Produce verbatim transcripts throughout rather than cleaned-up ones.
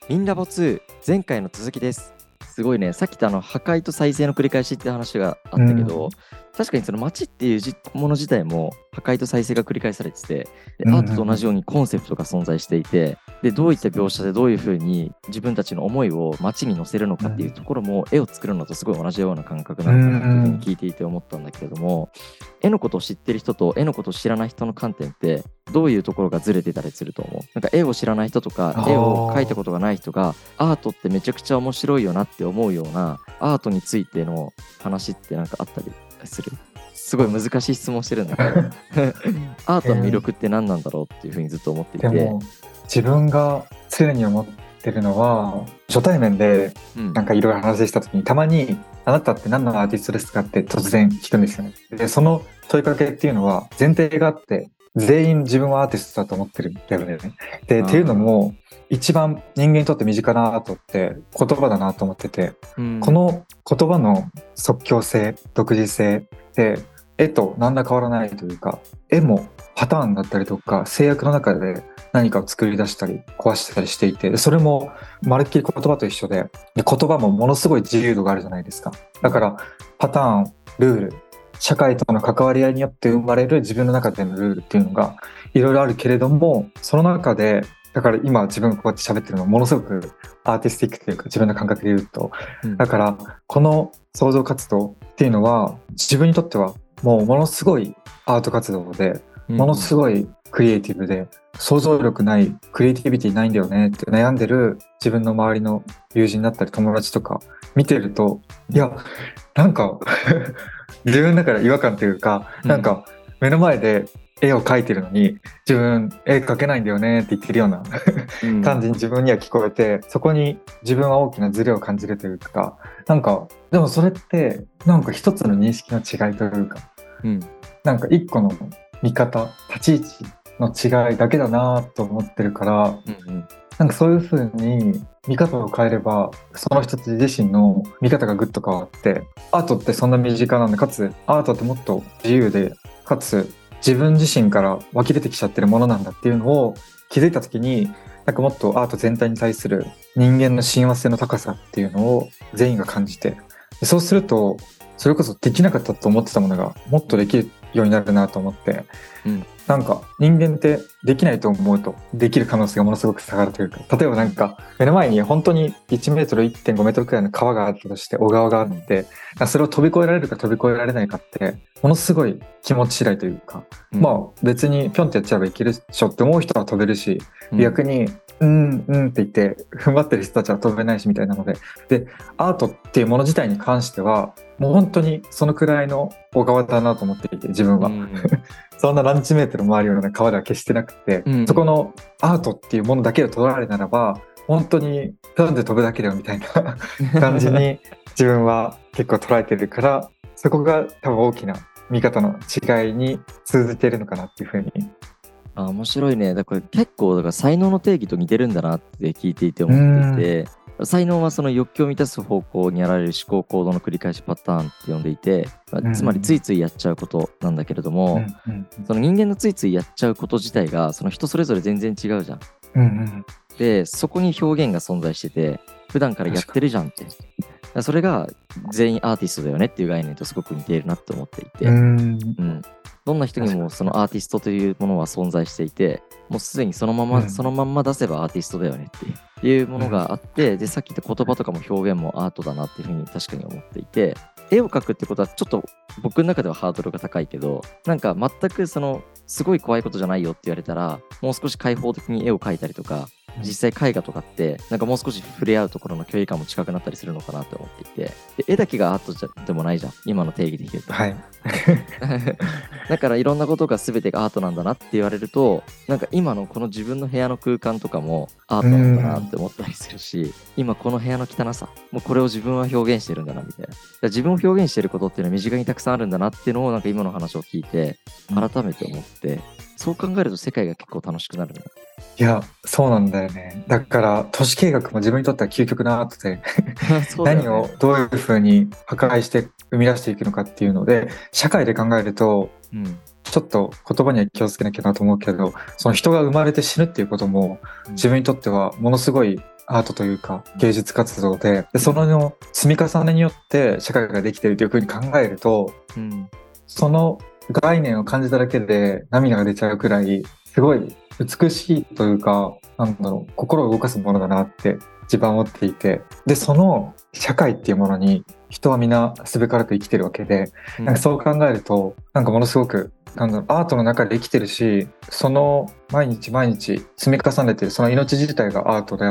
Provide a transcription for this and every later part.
ミンラボツー前回の続きです。すごいね、さっきとあの破壊と再生の繰り返しって話があったけど、 うん確かにその街っていうじもの自体も破壊と再生が繰り返されてて、でうんアートと同じようにコンセプトが存在していて、でどういった描写でどういうふうに自分たちの思いを街に乗せるのかっていうところも絵を作るのとすごい同じような感覚なのかなっていうふうに聞いていて思ったんだけれども、絵のことを知ってる人と絵のことを知らない人の観点ってどういうところがずれてたりすると思う？なんか絵を知らない人とか絵を描いたことがない人がアートってめちゃくちゃ面白いよなって思うようなアートについての話ってなんかあったりする？すごい難しい質問してるんだけどアートの魅力って何なんだろうっていうふうにずっと思っていて、 でも自分が常に思ってるのは、初対面でうんなんかいろいろ話した時にたまにあなたって何のアーティストですかって突然聞くんですよね。でその問いかけっていうのは前提があって、全員自分はアーティストだと思ってるんだよね。でっていうのも一番人間にとって身近なアートって言葉だなと思ってて、 うんこの言葉の即興性、独自性って絵と何ら変わらないというか、絵もパターンだったりとか制約の中で何かを作り出したり壊したりしていて、それもまるっきり言葉と一緒で、で言葉もものすごい自由度があるじゃないですか。だからパターン、ルール、社会との関わり合いによって生まれる自分の中でのルールっていうのがいろいろあるけれども、その中でだから今自分がこうやって喋ってるのはものすごくアーティスティックというか自分の感覚で言うと、 うんだからこの創造活動っていうのは自分にとってはもうものすごいアート活動で、ものすごいクリエイティブで、想像力ない、クリエイティビティないんだよねって悩んでる自分の周りの友人だったり友達とか見てると、いやなんか自分だから違和感というか、なんか目の前で絵を描いてるのに自分絵描けないんだよねって言ってるようなうん感じに自分には聞こえて、そこに自分は大きなズレを感じるというか、なんかでもそれってなんか一つの認識の違いというか、 うんなんか一個の見方、立ち位置の違いだけだなと思ってるから、 うんうんなんかそういう風に見方を変えれば、その人たち自身の見方がぐっと変わって、アートってそんな身近なんで、かつアートってもっと自由で、かつ自分自身から湧き出てきちゃってるものなんだっていうのを気づいた時に、なんかもっとアート全体に対する人間の親和性の高さっていうのを全員が感じて、そうするとそれこそできなかったと思ってたものがもっとできるようになるなと思って、 うんなんか人間ってできないと思うとできる可能性がものすごく下がるというか、例えばなんか目の前に本当にいちメートル いってんごメートルくらいの川があったとして、小川があって、それを飛び越えられるか飛び越えられないかってものすごい気持ち次第というか、 うんまあ別にピョンってやっちゃえばいけるでしょって思う人は飛べるし、 うん逆にうんうんって言って踏ん張ってる人たちは飛べないしみたいなので、でアートっていうもの自体に関してはもう本当にそのくらいの小川だなと思っていて、自分は、 うんそんな何十メートル回るような川では決してなくて、 うんそこのアートっていうものだけを捉えるならば本当にピョンで飛ぶだけだよみたいな感じに自分は結構捉えてるから、そこが多分大きな見方の違いに通じているのかなっていうふうに。 あ、面白いね。だから結構だから才能の定義と似てるんだなって聞いていて思っていて、才能はその欲求を満たす方向にやられる思考行動の繰り返しパターンって呼んでいて、まあつまりついついやっちゃうことなんだけれども、 うんうんその人間のついついやっちゃうこと自体がその人それぞれ全然違うじゃん。 うんうんでそこに表現が存在してて、普段からやってるじゃんって、だからそれが全員アーティストだよねっていう概念とすごく似ているなって思っていて、 うんうん、どんな人にもそのアーティストというものは存在していて、もうすでにそのまま、 うんそのまんま出せばアーティストだよねっていうっていうものがあって、でさっき言った言葉とかも表現もアートだなっていうふうに確かに思っていて、絵を描くってことはちょっと僕の中ではハードルが高いけど、なんか全くそのすごい怖いことじゃないよって言われたら、もう少し開放的に絵を描いたりとか、実際絵画とかってなんかもう少し触れ合うところの距離感も近くなったりするのかなと思っていて、で絵だけがアートじゃでもないじゃん、今の定義で言うと。 はいだからいろんなことが全てがアートなんだなって言われると、なんか今のこの自分の部屋の空間とかもアートなんだなって思ったりするし、今この部屋の汚さもうこれを自分は表現してるんだなみたいな、だから自分を表現してることっていうのは身近にたくさんあるんだなっていうのをなんか今の話を聞いて改めて思って、そう考えると世界が結構楽しくなるね。 いやそうなんだよね。だから都市計画も自分にとっては究極のアートでそうだよね。 何をどういうふうに破壊して生み出していくのかっていうので、社会で考えるとうんちょっと言葉には気をつけなきゃなと思うけど、その人が生まれて死ぬっていうことも自分にとってはものすごいアートというか芸術活動で、でその積み重ねによって社会ができているというふうに考えると、うん、その概念を感じただけで涙が出ちゃうくらいすごい美しいというか、なんだろう、心を動かすものだなって自分は思っていて、でその社会っていうものに人はみんなすべからく生きてるわけで、うん、なんかそう考えるとなんかものすごくなんだろう、アートの中で生きてるし、その毎日毎日積み重ねてるその命自体がアートであって、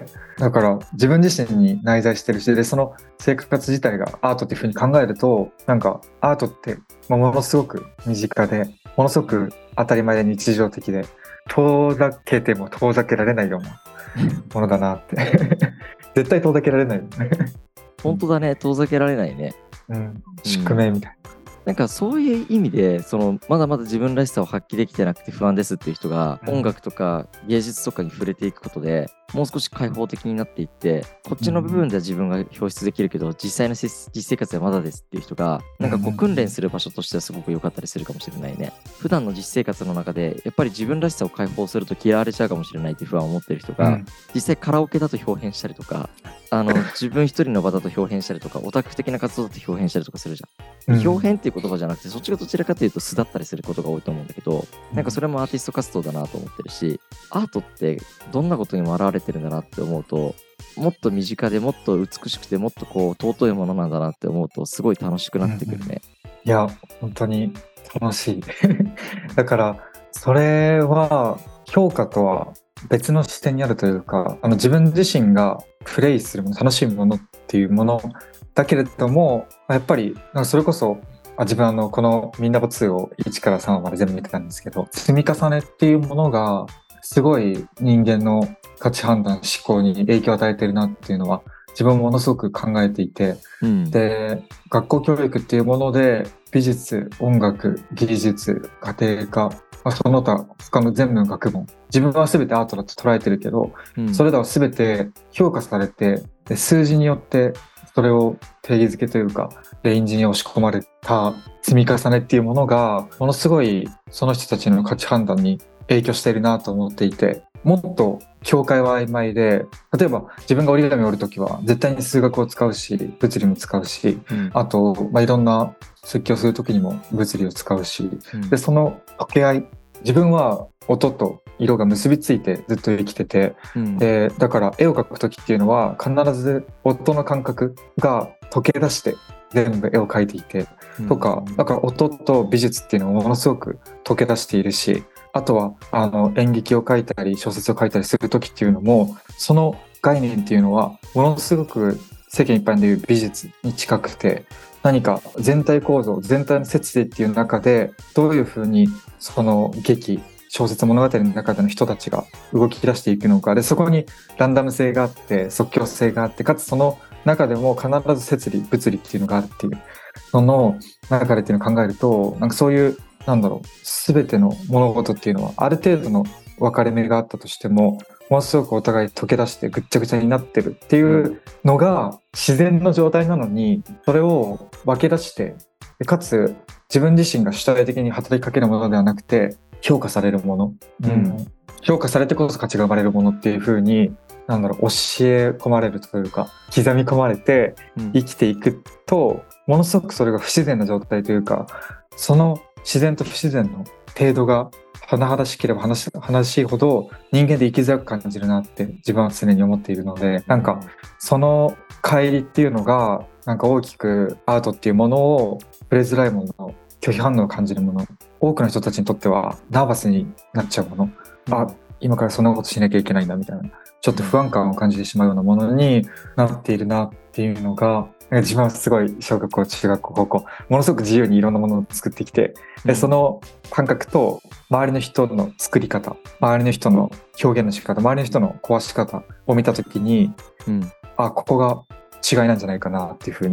だから自分自身に内在してるし、でその生活自体がアートっていうふうに考えると、なんかアートってものすごく身近で、ものすごく当たり前で日常的で、遠ざけても遠ざけられないようなものだなって絶対遠ざけられないよね本当だね、遠ざけられないね、 うん、宿命みたいな、 うん、なんかそういう意味で、そのまだまだ自分らしさを発揮できてなくて不安ですっていう人が、うん、音楽とか芸術とかに触れていくことでもう少し開放的になっていって、こっちの部分では自分が表出できるけど、うん、実際の実生活ではまだですっていう人がなんかこう訓練する場所としてはすごく良かったりするかもしれないね。普段の実生活の中でやっぱり自分らしさを解放すると嫌われちゃうかもしれないっていう不安を持ってる人が、うん、実際カラオケだと表現したりとか、あの自分一人の場だと表現したりとか、オタク的な活動だと表現したりとかするじゃん、うん、表現っていう言葉じゃなくて、そっちがどちらかというと素だったりすることが多いと思うんだけど、なんかそれもアーティスト活動だなと思ってるし、アートってどんなことにも表れてるんだなって思うと、もっと身近でもっと美しくてもっとこう尊いものなんだなって思うとすごい楽しくなってくるね、うんうん、いや本当に楽しいだからそれは評価とは別の視点にあるというか、あの自分自身がプレイするもの、楽しいものっていうものだけれども、やっぱりなんかそれこそあ自分あのこのミンナボツーをいちからさんわまで全部見てたんですけど、積み重ねっていうものがすごい人間の価値判断思考に影響を与えてるなっていうのは自分もものすごく考えていて、うん、で学校教育っていうもので美術、音楽、技術、家庭科、まあ、その他他の全部の学問、自分は全てアートだと捉えてるけど、うん、それらは全て評価されて、で数字によってそれを定義づけというかレンジに押し込まれた積み重ねっていうものがものすごいその人たちの価値判断に影響しているなと思っていて、もっと境界は曖昧で、例えば自分が折り紙を折るときは絶対に数学を使うし物理も使うし、うん、あと、まあ、いろんな設計をするときにも物理を使うし、うん、でその掛け合い、自分は音と色が結びついてずっと生きてて、うん、でだから絵を描くときっていうのは必ず音の感覚が溶け出して全部絵を描いていて、うん、とかだから音と美術っていうのはものすごく溶け出しているし、あとはあの演劇を書いたり小説を書いたりする時っていうのもその概念っていうのはものすごく世間一般でいう美術に近くて、何か全体構造全体の節理っていう中でどういうふうにその劇小説物語の中での人たちが動き出していくのかで、そこにランダム性があって即興性があって、かつその中でも必ず節理物理っていうのがあるっていうその中でっていうのを考えると、なんかそういうなんだろう、全ての物事っていうのはある程度の分かれ目があったとしてもものすごくお互い溶け出してぐっちゃぐちゃになってるっていうのが自然の状態なのに、それを分け出してかつ自分自身が主体的に働きかけるものではなくて評価されるもの、うんうん、評価されてこそ価値が生まれるものっていう風になんだろう教え込まれるというか刻み込まれて生きていくと、うん、ものすごくそれが不自然な状態というか、その自然と不自然の程度が甚だしければ甚しいほど人間で生きづらく感じるなって自分は常に思っているので、なんかその乖離っていうのがなんか大きくアートっていうものを触れづらいもの、拒否反応を感じるもの、多くの人たちにとってはナーバスになっちゃうもの、うん、あ今からそんなことしなきゃいけないんだみたいなちょっと不安感を感じてしまうようなものになっているなっていうのが、自分はすごい小学校中学校高校ものすごく自由にいろんなものを作ってきて、でその感覚と周りの人の作り方、周りの人の表現の仕方、周りの人の壊し方を見たときに、うん、あここが違いなんじゃないかなっていうふうに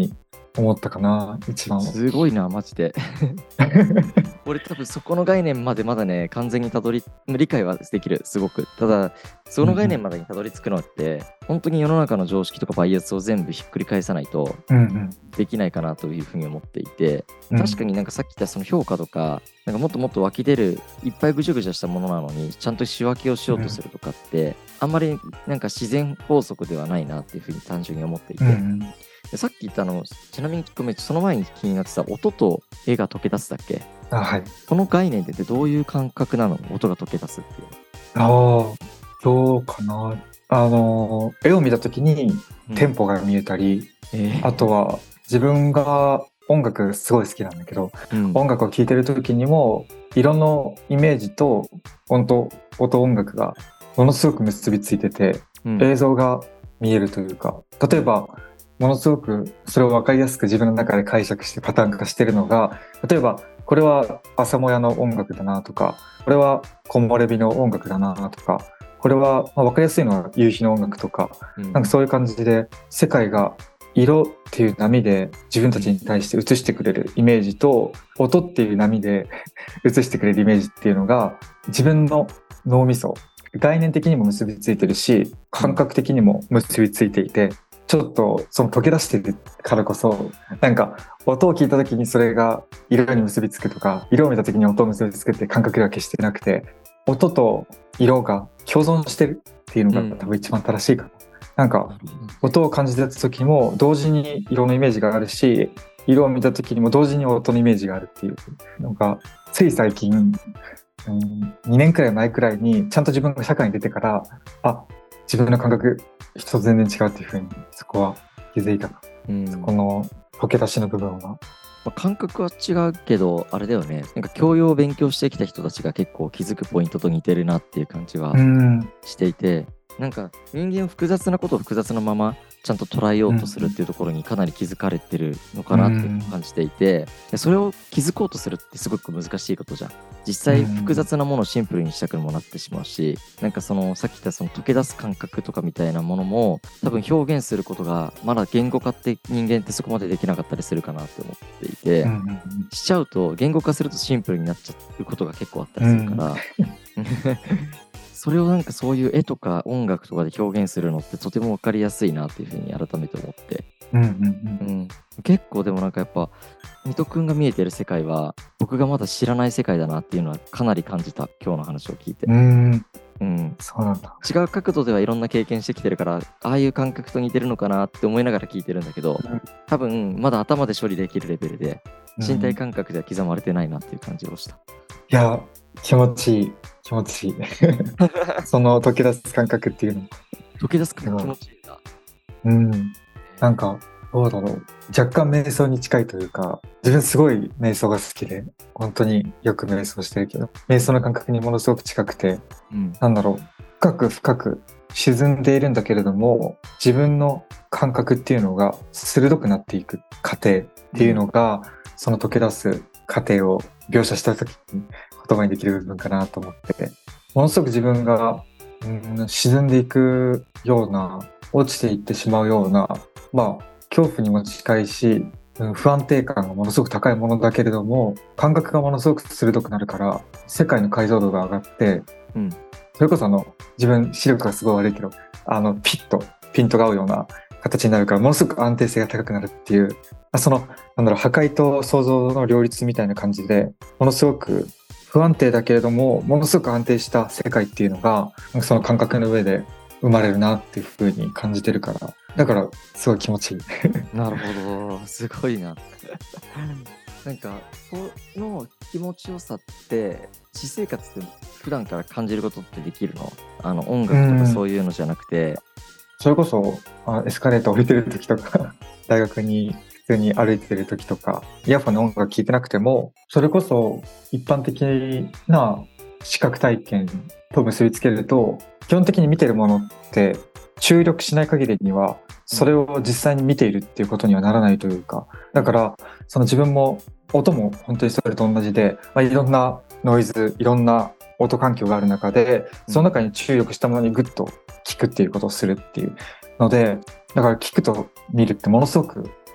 思ったかな、一番は。 すごいな、マジで。俺多分そこの概念までまだね、完全にたどり、理解はできる、すごく。ただ、その概念までにたどり着くのって、本当に世の中の常識とかバイアスを全部ひっくり返さないとうんうんできないかなというふうに思っていて、 うん確かになんかさっき言ったその評価とか、なんかもっともっと湧き出る、いっぱいぐちゃぐちゃしたものなのに、ちゃんと仕分けをしようとするとかって、あんまりなんか自然法則ではないなっていうふうに単純に思っていて、 うんうんでさっき言ったあの、ちなみにごめん、その前に気になってた音と絵が溶け出すだっけ？ あ、はい。 この概念ってどういう感覚なの？音が溶け出すっていう。 ああ、どうかな。あの、絵を見たときにテンポが見えたり、 えーあとは自分が音楽すごい好きなんだけど、 うん音楽を聴いてるときにも、色のイメージと音と音音楽がものすごく結びついてて、 うん映像が見えるというか、例えば、ものすごくそれを分かりやすく自分の中で解釈してパターン化してるのが、例えば、これは朝もやの音楽だなとか、これは木漏れ日の音楽だなとか、これは、まあ、分かりやすいのは夕日の音楽とか、 うんなんかそういう感じで世界が色っていう波で自分たちに対して映してくれるイメージと、音っていう波で映してくれるイメージっていうのが自分の脳みそ、概念的にも結びついてるし、感覚的にも結びついていて、ちょっとその溶け出してるからこそ、なんか音を聞いた時にそれが色に結びつくとか、色を見た時に音を結びつくって感覚では決してなくて、音と色が共存してるっていうのが多分一番正しいかな。なんか音を感じた時も同時に色のイメージがあるし、色を見た時にも同時に音のイメージがあるっていうのが、つい最近、うん、にねんくらい前くらいにちゃんと自分が社会に出てから、あ、自分の感覚人と全然違うっていうふうにそこは気づいたな。 うんそこの溶け出しの部分は。 まあ感覚は違うけど、あれだよね、なんか教養を勉強してきた人たちが結構気づくポイントと似てるなっていう感じはうんしていて、なんか人間複雑なことを複雑なままちゃんと捉えようとするっていうところにかなり気づかれてるのかなって感じていて、でそれを気づこうとするってすごく難しいことじゃん。実際複雑なものをシンプルにしたくもなってしまうし、なんかそのさっき言ったその溶け出す感覚とかみたいなものも多分表現することがまだ言語化って人間ってそこまでできなかったりするかなって思っていて、 うんうんうんしちゃうと言語化するとシンプルになっちゃうことが結構あったりするから、それをなんかそういう絵とか音楽とかで表現するのってとても分かりやすいなっていうふうに改めて思って、 うんうんうん、結構でもなんかやっぱ水戸くんが見えてる世界は僕がまだ知らない世界だなっていうのはかなり感じた、今日の話を聞いて、 うんうんうん、 そうなんだ。 違う角度ではいろんな経験してきてるから、ああいう感覚と似てるのかなって思いながら聞いてるんだけど、 うん多分まだ頭で処理できるレベルでうん身体感覚では刻まれてないなっていう感じをした。 いや、気持ちいい気持ちいいその溶け出す感覚っていうのも、 溶け出すから気持ちいいな。 うん、なんかどうだろう、若干瞑想に近いというか、自分すごい瞑想が好きで本当によく瞑想してるけど、瞑想の感覚にものすごく近くて、 うんなんだろう、深く深く沈んでいるんだけれども、自分の感覚っていうのが鋭くなっていく過程っていうのが、その溶け出す過程を描写した時に言葉にできる部分かなと思ってて、ものすごく自分が、うん、沈んでいくような、落ちていってしまうような、まあ恐怖にも近いし、うん不安定感がものすごく高いものだけれども、感覚がものすごく鋭くなるから世界の解像度が上がって、 うんそれこそあの自分視力がすごい悪いけど、あのピッとピントが合うような形になるから、ものすごく安定性が高くなるっていう、あそのなんだろう、破壊と創造の両立みたいな感じで、ものすごく不安定だけれどもものすごく安定した世界っていうのがその感覚の上で生まれるなっていう風に感じてるから、だからすごい気持ちいいなるほど、すごいな。なんかこの気持ちよさって私生活で普段から感じることってできるの？あの音楽とかそういうのじゃなくて、 それこそあエスカレーター降りてる時とか大学に普通に歩いてる時とか、イヤホンの音楽聴いてなくても、それこそ一般的な視覚体験と結びつけると、基本的に見てるものって注力しない限りにはそれを実際に見ているっていうことにはならないというか、だからその自分も音も本当にそれと同じで、まあ、いろんなノイズ、いろんな音環境がある中で、その中に注力したものにグッと聞くっていうことをするっていうので、だから聞くと見るってものすごく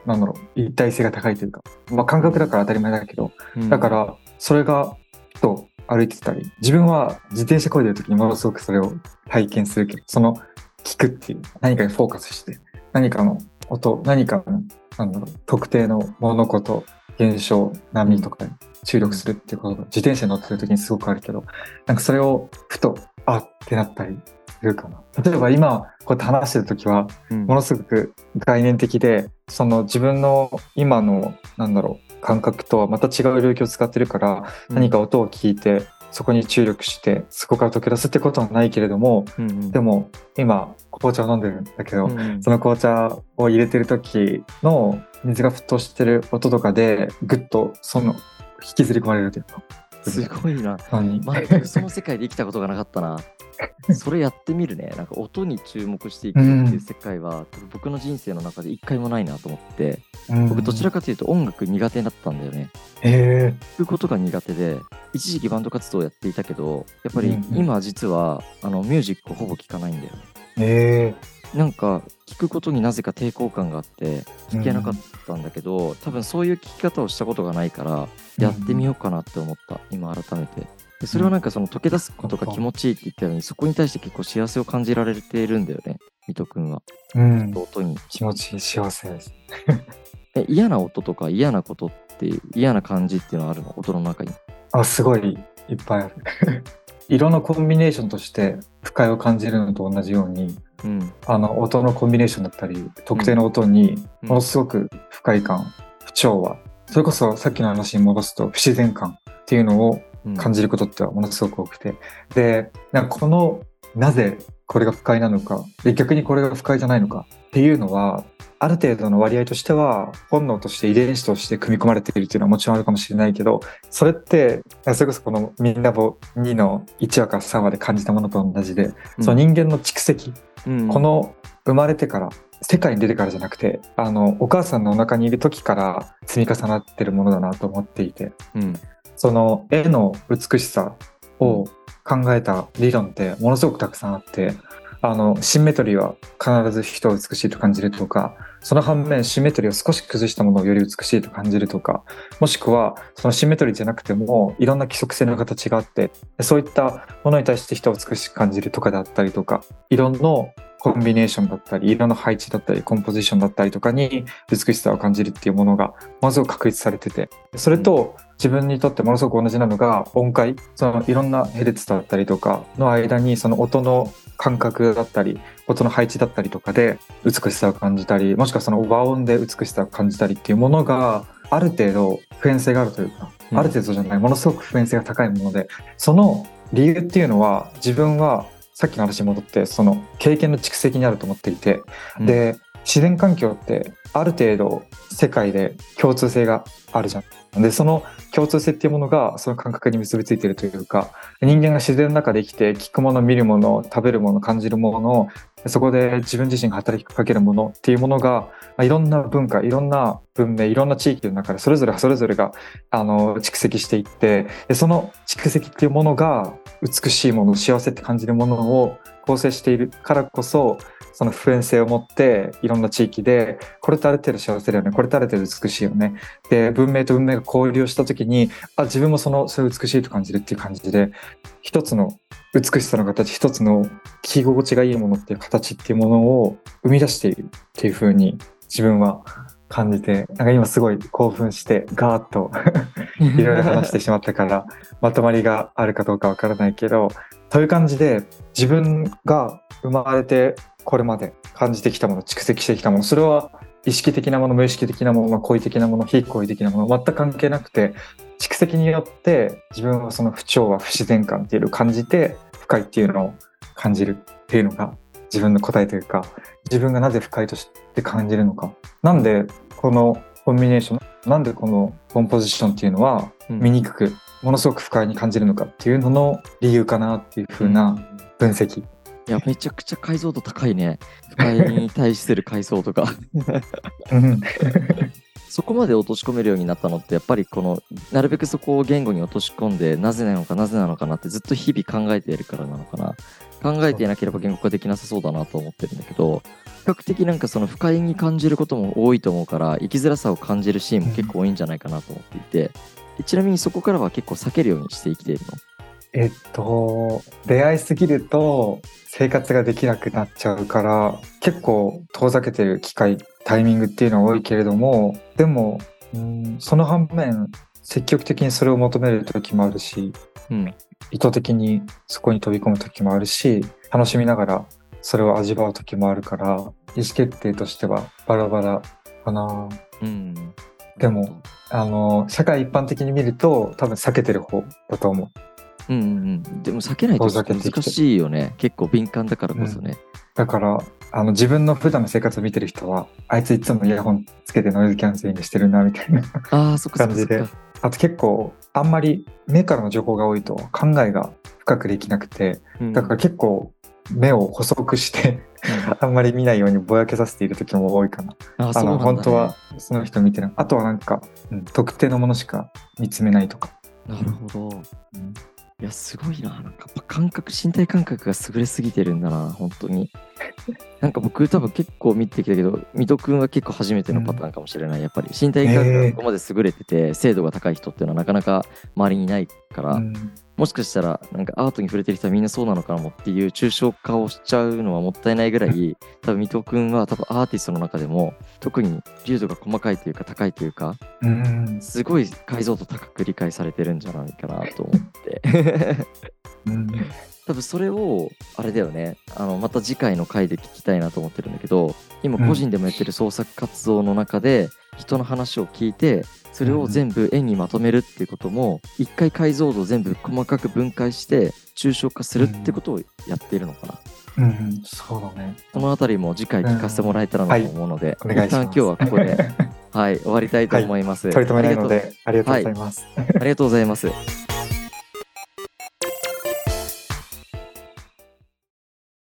なんだろう、一体性が高いというか、まあ感覚だから当たり前だけど、 うん、 だからそれがふと歩いてたり、自分は自転車漕いでる時にものすごくそれを体験するけど、その聞くっていう、何かにフォーカスして、何かの音、何かの、なんだろう、特定の物事、現象、波とかに注力するっていうことが自転車に乗ってる時にすごくあるけど、なんかそれをふと、あってなったりするかな。例えば今、こうやって話してる時は、 うんものすごく概念的で、その自分の今の、なんだろう、感覚とはまた違う領域を使ってるから、 うん何か音を聞いて、そこに注力して、そこから解け出すってことはないけれども、 うんうんでも今、紅茶を飲んでるんだけど、 うんうんその紅茶を入れてる時の水が沸騰してる音とかで、ぐっとその引きずり込まれるというか。 すごいな。 何全くその世界で生きたことがなかったな。それやってみるね。なんか音に注目していくっていう世界は、多分僕の人生の中で一回もないなと思って、僕どちらかというと音楽苦手だったんだよね。 え聞くことが苦手で、一時期バンド活動をやっていたけど、やっぱりうんうん今実はあのミュージックをほぼ聞かないんだよね。 ー、えなんか聞くことになぜか抵抗感があって聞けなかったんだけど、多分そういう聞き方をしたことがないからやってみようかなって思った、今改めて。でそれはなんかその溶け出すことが気持ちいいって言ったように、そこに対して結構幸せを感じられているんだよね、水戸くんは。 ー、うん、 音に気持ちいい、幸せです。 え嫌な音とか嫌なことって嫌な感じっていうのはあるの、音の中に。 あ、すごいいっぱいある。色のコンビネーションとして不快を感じるのと同じように、 うんあの音のコンビネーションだったり特定の音にうんものすごく不快感、不調和、それこそさっきの話に戻すと不自然感っていうのをうん感じることってはものすごく多くて、でなんかこのなぜこれが不快なのか、で逆にこれが不快じゃないのかっていうのはある程度の割合としては本能として遺伝子として組み込まれているっていうのはもちろんあるかもしれないけど、それってそれこそこのみんなぼにのいちわからさんわで感じたものと同じで、その人間の蓄積、 うんこの生まれてから世界に出てからじゃなくて、あのお母さんのお腹にいる時から積み重なってるものだなと思っていて、 うんその絵の美しさを考えた理論ってものすごくたくさんあって、あのシンメトリーは必ず人を美しいと感じるとか、その反面シンメトリーを少し崩したものをより美しいと感じるとか、もしくはそのシンメトリーじゃなくてもいろんな規則性の形があって、そういったものに対して人を美しく感じるとかだったりとか、色のコンビネーションだったり色の配置だったりコンポジションだったりとかに美しさを感じるっていうものがものすごく確立されてて、それと自分にとってものすごく同じなのが音階、そのいろんなヘルツだったりとかの間にその音の感覚だったり音の配置だったりとかで美しさを感じたり、もしくはその和音で美しさを感じたりっていうものがある程度普遍性があるというか、 うんある程度じゃないものすごく普遍性が高いもので、その理由っていうのは自分はさっきの話に戻ってその経験の蓄積にあると思っていて、 うんで自然環境ってある程度世界で共通性があるじゃん。でその共通性っていうものがその感覚に結びついているというか、人間が自然の中で生きて聞くもの見るもの食べるもの感じるもの、そこで自分自身が働きかけるものっていうものが、まあ、いろんな文化いろんな文明いろんな地域の中でそれぞれそれぞれがあの蓄積していって、でその蓄積っていうものが美しいもの幸せって感じるものを構成しているからこそ、その普遍性を持っていろんな地域でこれってある程度幸せだよね、これってある程度美しいよね、で文明と文明が交流した時にあ自分もそのそれ美しいと感じるっていう感じで、一つの美しさの形、一つの聞き心地がいいものっていう形っていうものを生み出しているっていう風に自分は感じて、なんか今すごい興奮してガーッといろいろ話してしまったからまとまりがあるかどうかわからないけど、という感じで自分が生まれてこれまで感じてきたもの、蓄積してきたもの、それは意識的なもの、無意識的なもの、好意的なもの、非好意的なもの、全く関係なくて、蓄積によって自分はその不調和、不自然感っていうのを感じて、不快っていうのを感じるっていうのが自分の答えというか、自分がなぜ不快として感じるのか、なんでこのコンビネーション、なんでこのコンポジションっていうのは醜く、ものすごく不快に感じるのかっていうのの理由かなっていう風な分析。 いやめちゃくちゃ解像度高いね。不快に対する解像度がうんそこまで落とし込めるようになったのってやっぱりこのなるべくそこを言語に落とし込んでなぜなのかなぜなのかなってずっと日々考えているからなのかな。 考えていなければ言語化できなさそうだなと思ってるんだけど、比較的なんかその不快に感じることも多いと思うから、生きづらさを感じるシーンも結構多いんじゃないかなと思っていて、でちなみにそこからは結構避けるようにして生きているの？ えっと、出会いすぎると生活ができなくなっちゃうから、結構遠ざけてる機会、タイミングっていうのは多いけれども、でも、うん、その反面、積極的にそれを求める時もあるし、 うん、 意図的にそこに飛び込む時もあるし、楽しみながらそれを味わう時もあるから、意思決定としてはバラバラかな。 うん、 でも、あの、社会一般的に見ると多分避けてる方だと思う。 うんうんうん、でも避けないと難しいよね。結構敏感だからこそね。うん、 だからあの自分の普段の生活を見てる人は、あいついつもイヤホンつけてノイズキャンセリングしてるなみたいなあそっか感じで、あと結構あんまり目からの情報が多いと考えが深くできなくて、だから結構目を細くしてあんまり見ないようにぼやけさせている時も多いかな。ああの本当はその人見てる。あとはなんか、うん、特定のものしか見つめないとか。 なるほど、うん、いやすごいな。なんか感覚、身体感覚が優れすぎてるんだな本当に。なんか僕多分結構見てきたけど、水戸くんは結構初めてのパターンかもしれない。やっぱり身体感覚がここまで優れてて、精度が高い人っていうのはなかなか周りにいないから、うん、もしかしたらなんかアートに触れてる人はみんなそうなのかもっていう抽象化をしちゃうのはもったいないぐらい、多分水戸くんは多分アーティストの中でも特に流度が細かいというか高いというか、うん、すごい解像度高く理解されてるんじゃないかなと思って、うん、多分それをあれだよね、あのまた次回の回で聞きたいなと思ってるんだけど、今個人でもやってる創作活動の中で人の話を聞いてそれを全部絵にまとめるっていうことも、一回解像度を全部細かく分解して抽象化するってことをやっているのかな。 うん、うん、そうだね。 そのあたりも次回聞かせてもらえたらなと思うので、 うん、はい、 一旦今日はここではい終わりたいと思います。 はい、取り留めないのでありがとうございます。 はい、ありがとうございます。